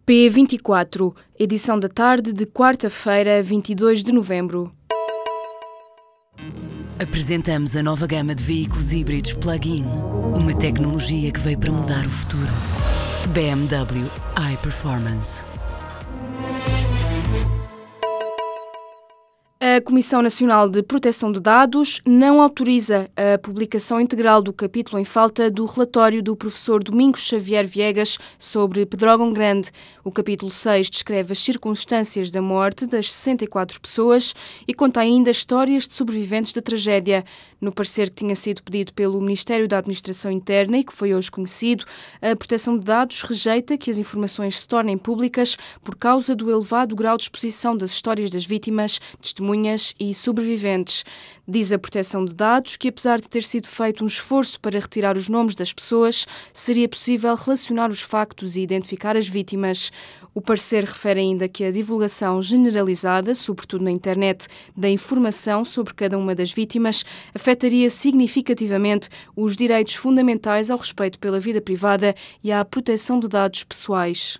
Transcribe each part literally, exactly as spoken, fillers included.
P vinte e quatro, edição da tarde de quarta-feira, vinte e dois de novembro. Apresentamos a nova gama de veículos híbridos plug-in. Uma tecnologia que veio para mudar o futuro. B M W iPerformance. A Comissão Nacional de Proteção de Dados não autoriza a publicação integral do capítulo em falta do relatório do professor Domingos Xavier Viegas sobre Pedrógão Grande. O capítulo seis descreve as circunstâncias da morte das sessenta e quatro pessoas e conta ainda histórias de sobreviventes da tragédia. No parecer que tinha sido pedido pelo Ministério da Administração Interna e que foi hoje conhecido, a Proteção de Dados rejeita que as informações se tornem públicas por causa do elevado grau de exposição das histórias das vítimas, testemunhas e sobreviventes. Diz a Proteção de Dados que, apesar de ter sido feito um esforço para retirar os nomes das pessoas, seria possível relacionar os factos e identificar as vítimas. O parecer refere ainda que a divulgação generalizada, sobretudo na internet, da informação sobre cada uma das vítimas afetaria significativamente os direitos fundamentais ao respeito pela vida privada e à proteção de dados pessoais.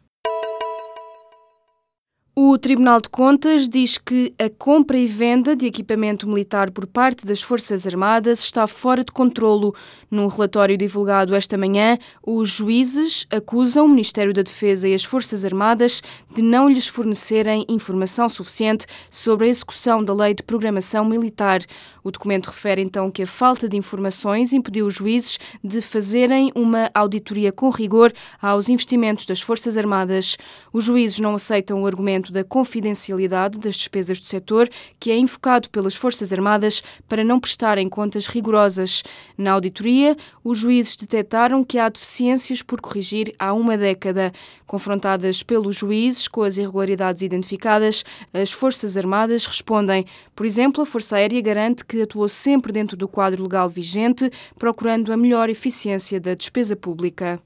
O Tribunal de Contas diz que a compra e venda de equipamento militar por parte das Forças Armadas está fora de controlo. Num relatório divulgado esta manhã, os juízes acusam o Ministério da Defesa e as Forças Armadas de não lhes fornecerem informação suficiente sobre a execução da Lei de Programação Militar. O documento refere então que a falta de informações impediu os juízes de fazerem uma auditoria com rigor aos investimentos das Forças Armadas. Os juízes não aceitam o argumento da confidencialidade das despesas do setor, que é invocado pelas Forças Armadas para não prestarem contas rigorosas. Na auditoria, os juízes detectaram que há deficiências por corrigir há uma década. Confrontadas pelos juízes com as irregularidades identificadas, as Forças Armadas respondem. Por exemplo, a Força Aérea garante que atuou sempre dentro do quadro legal vigente, procurando a melhor eficiência da despesa pública.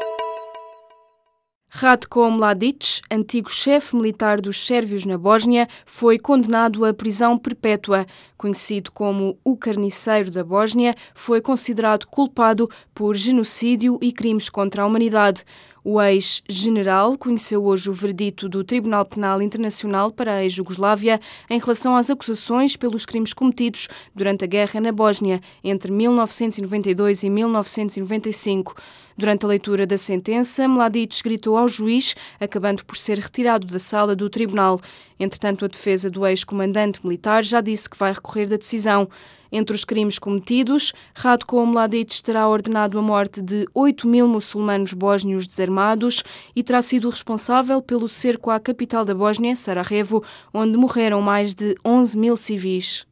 Ratko Mladic, antigo chefe militar dos sérvios na Bósnia, foi condenado à prisão perpétua. Conhecido como o Carniceiro da Bósnia, foi considerado culpado por genocídio e crimes contra a humanidade. O ex-general conheceu hoje o veredito do Tribunal Penal Internacional para a ex-Jugoslávia em relação às acusações pelos crimes cometidos durante a guerra na Bósnia entre mil novecentos e noventa e dois e mil novecentos e noventa e cinco. Durante a leitura da sentença, Mladic gritou ao juiz, acabando por ser retirado da sala do tribunal. Entretanto, a defesa do ex-comandante militar já disse que vai recorrer da decisão. Entre os crimes cometidos, Ratko Mladic terá ordenado a morte de oito mil muçulmanos bósnios desarmados e terá sido responsável pelo cerco à capital da Bósnia, Sarajevo, onde morreram mais de onze mil civis.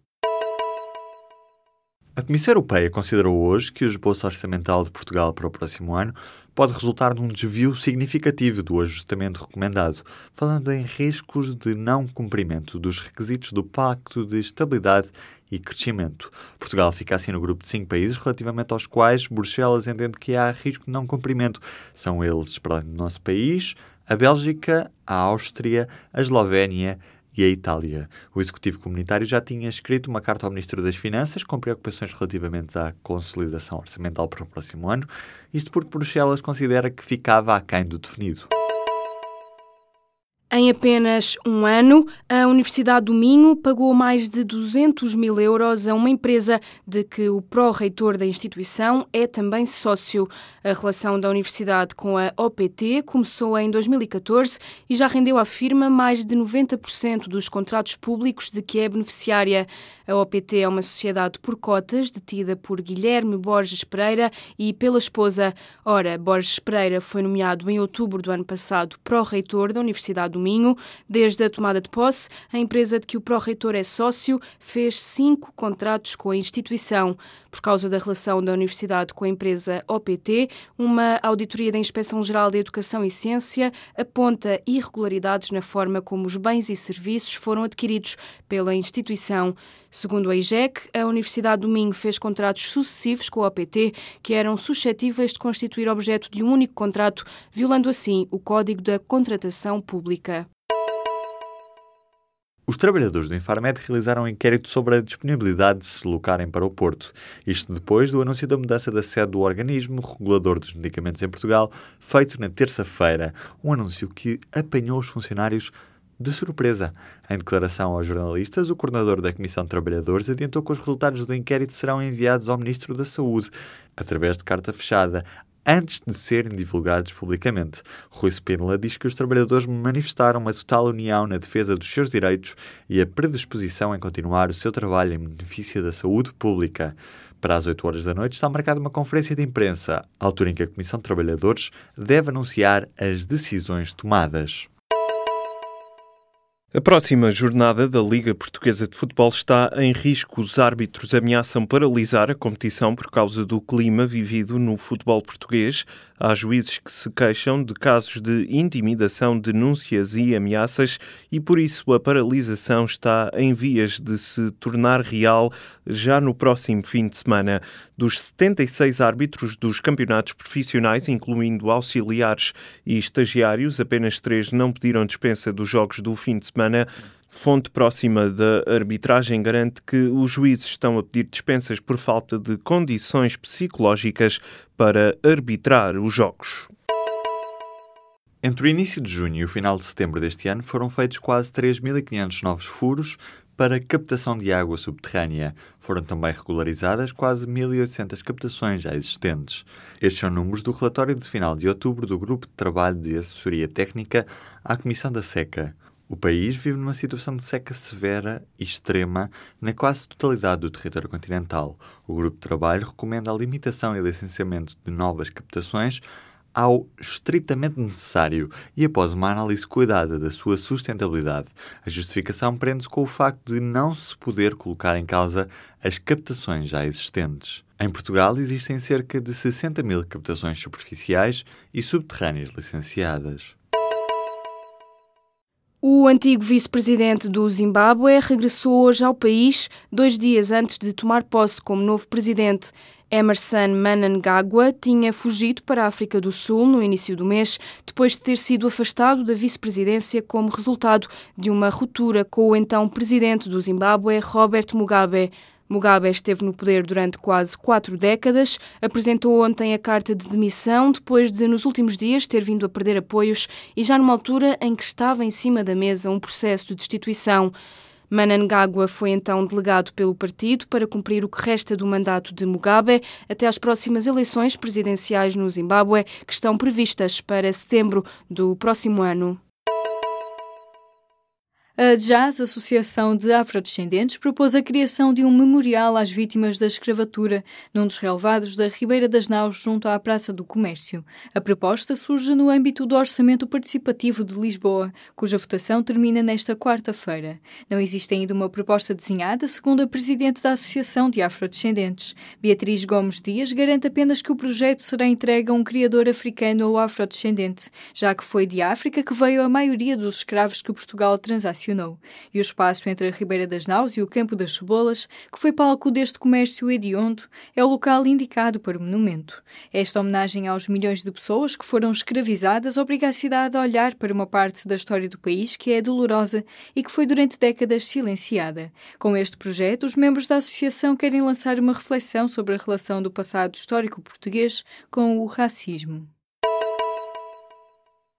A Comissão Europeia considerou hoje que o esboço orçamental de Portugal para o próximo ano pode resultar num desvio significativo do ajustamento recomendado, falando em riscos de não cumprimento dos requisitos do Pacto de Estabilidade e Crescimento. Portugal fica assim no grupo de cinco países relativamente aos quais Bruxelas entende que há risco de não cumprimento. São eles, para além do nosso país, a Bélgica, a Áustria, a Eslovénia e a Itália. O Executivo Comunitário já tinha escrito uma carta ao Ministro das Finanças com preocupações relativamente à consolidação orçamental para o próximo ano, isto porque Bruxelas considera que ficava aquém do definido. Em apenas um ano, a Universidade do Minho pagou mais de duzentos mil euros a uma empresa de que o pró-reitor da instituição é também sócio. A relação da Universidade com a O P T começou em dois mil e catorze e já rendeu à firma mais de noventa por cento dos contratos públicos de que é beneficiária. A O P T é uma sociedade por cotas detida por Guilherme Borges Pereira e pela esposa. Ora, Borges Pereira foi nomeado em outubro do ano passado pró-reitor da Universidade do Minho. Desde a tomada de posse, a empresa de que o pró-reitor é sócio fez cinco contratos com a instituição. Por causa da relação da Universidade com a empresa O P T, uma auditoria da Inspeção-Geral da Educação e Ciência aponta irregularidades na forma como os bens e serviços foram adquiridos pela instituição. Segundo a I G E C, a Universidade do Minho fez contratos sucessivos com a O P T que eram suscetíveis de constituir objeto de um único contrato, violando assim o Código da Contratação Pública. Os trabalhadores do Infarmed realizaram um inquérito sobre a disponibilidade de se deslocarem para o Porto. Isto depois do anúncio da mudança da sede do organismo regulador dos medicamentos em Portugal, feito na terça-feira. Um anúncio que apanhou os funcionários de surpresa. Em declaração aos jornalistas, o coordenador da Comissão de Trabalhadores adiantou que os resultados do inquérito serão enviados ao Ministro da Saúde, através de carta fechada, antes de serem divulgados publicamente. Rui Spínola diz que os trabalhadores manifestaram uma total união na defesa dos seus direitos e a predisposição em continuar o seu trabalho em benefício da saúde pública. Para as oito horas da noite está marcada uma conferência de imprensa, à altura em que a Comissão de Trabalhadores deve anunciar as decisões tomadas. A próxima jornada da Liga Portuguesa de Futebol está em risco. Os árbitros ameaçam paralisar a competição por causa do clima vivido no futebol português. Há juízes que se queixam de casos de intimidação, denúncias e ameaças e, por isso, a paralisação está em vias de se tornar real já no próximo fim de semana. Dos setenta e seis árbitros dos campeonatos profissionais, incluindo auxiliares e estagiários, apenas três não pediram dispensa dos jogos do fim de semana. Fonte próxima da arbitragem garante que os juízes estão a pedir dispensas por falta de condições psicológicas para arbitrar os jogos. Entre o início de junho e o final de setembro deste ano foram feitos quase três mil e quinhentos novos furos para captação de água subterrânea. Foram também regularizadas quase mil e oitocentas captações já existentes. Estes são números do relatório de final de outubro do Grupo de Trabalho de Assessoria Técnica à Comissão da Seca. O país vive numa situação de seca severa e extrema na quase totalidade do território continental. O grupo de trabalho recomenda a limitação e licenciamento de novas captações ao estritamente necessário e após uma análise cuidada da sua sustentabilidade. A justificação prende-se com o facto de não se poder colocar em causa as captações já existentes. Em Portugal existem cerca de sessenta mil captações superficiais e subterrâneas licenciadas. O antigo vice-presidente do Zimbábue regressou hoje ao país, dois dias antes de tomar posse como novo presidente. Emmerson Mnangagwa tinha fugido para a África do Sul no início do mês, depois de ter sido afastado da vice-presidência como resultado de uma ruptura com o então presidente do Zimbábue, Robert Mugabe. Mugabe esteve no poder durante quase quatro décadas, apresentou ontem a carta de demissão depois de, nos últimos dias, ter vindo a perder apoios e já numa altura em que estava em cima da mesa um processo de destituição. Mnangagwa foi então delegado pelo partido para cumprir o que resta do mandato de Mugabe até às próximas eleições presidenciais no Zimbábue, que estão previstas para setembro do próximo ano. A Jazz, Associação de Afrodescendentes, propôs a criação de um memorial às vítimas da escravatura num dos relevados da Ribeira das Naus, junto à Praça do Comércio. A proposta surge no âmbito do Orçamento Participativo de Lisboa, cuja votação termina nesta quarta-feira. Não existe ainda uma proposta desenhada, segundo a presidente da Associação de Afrodescendentes. Beatriz Gomes Dias garante apenas que o projeto será entregue a um criador africano ou afrodescendente, já que foi de África que veio a maioria dos escravos que Portugal transacionou. E o espaço entre a Ribeira das Naus e o Campo das Cebolas, que foi palco deste comércio hediondo, é o local indicado para o monumento. Esta homenagem aos milhões de pessoas que foram escravizadas obriga a cidade a olhar para uma parte da história do país que é dolorosa e que foi durante décadas silenciada. Com este projeto, os membros da associação querem lançar uma reflexão sobre a relação do passado histórico português com o racismo.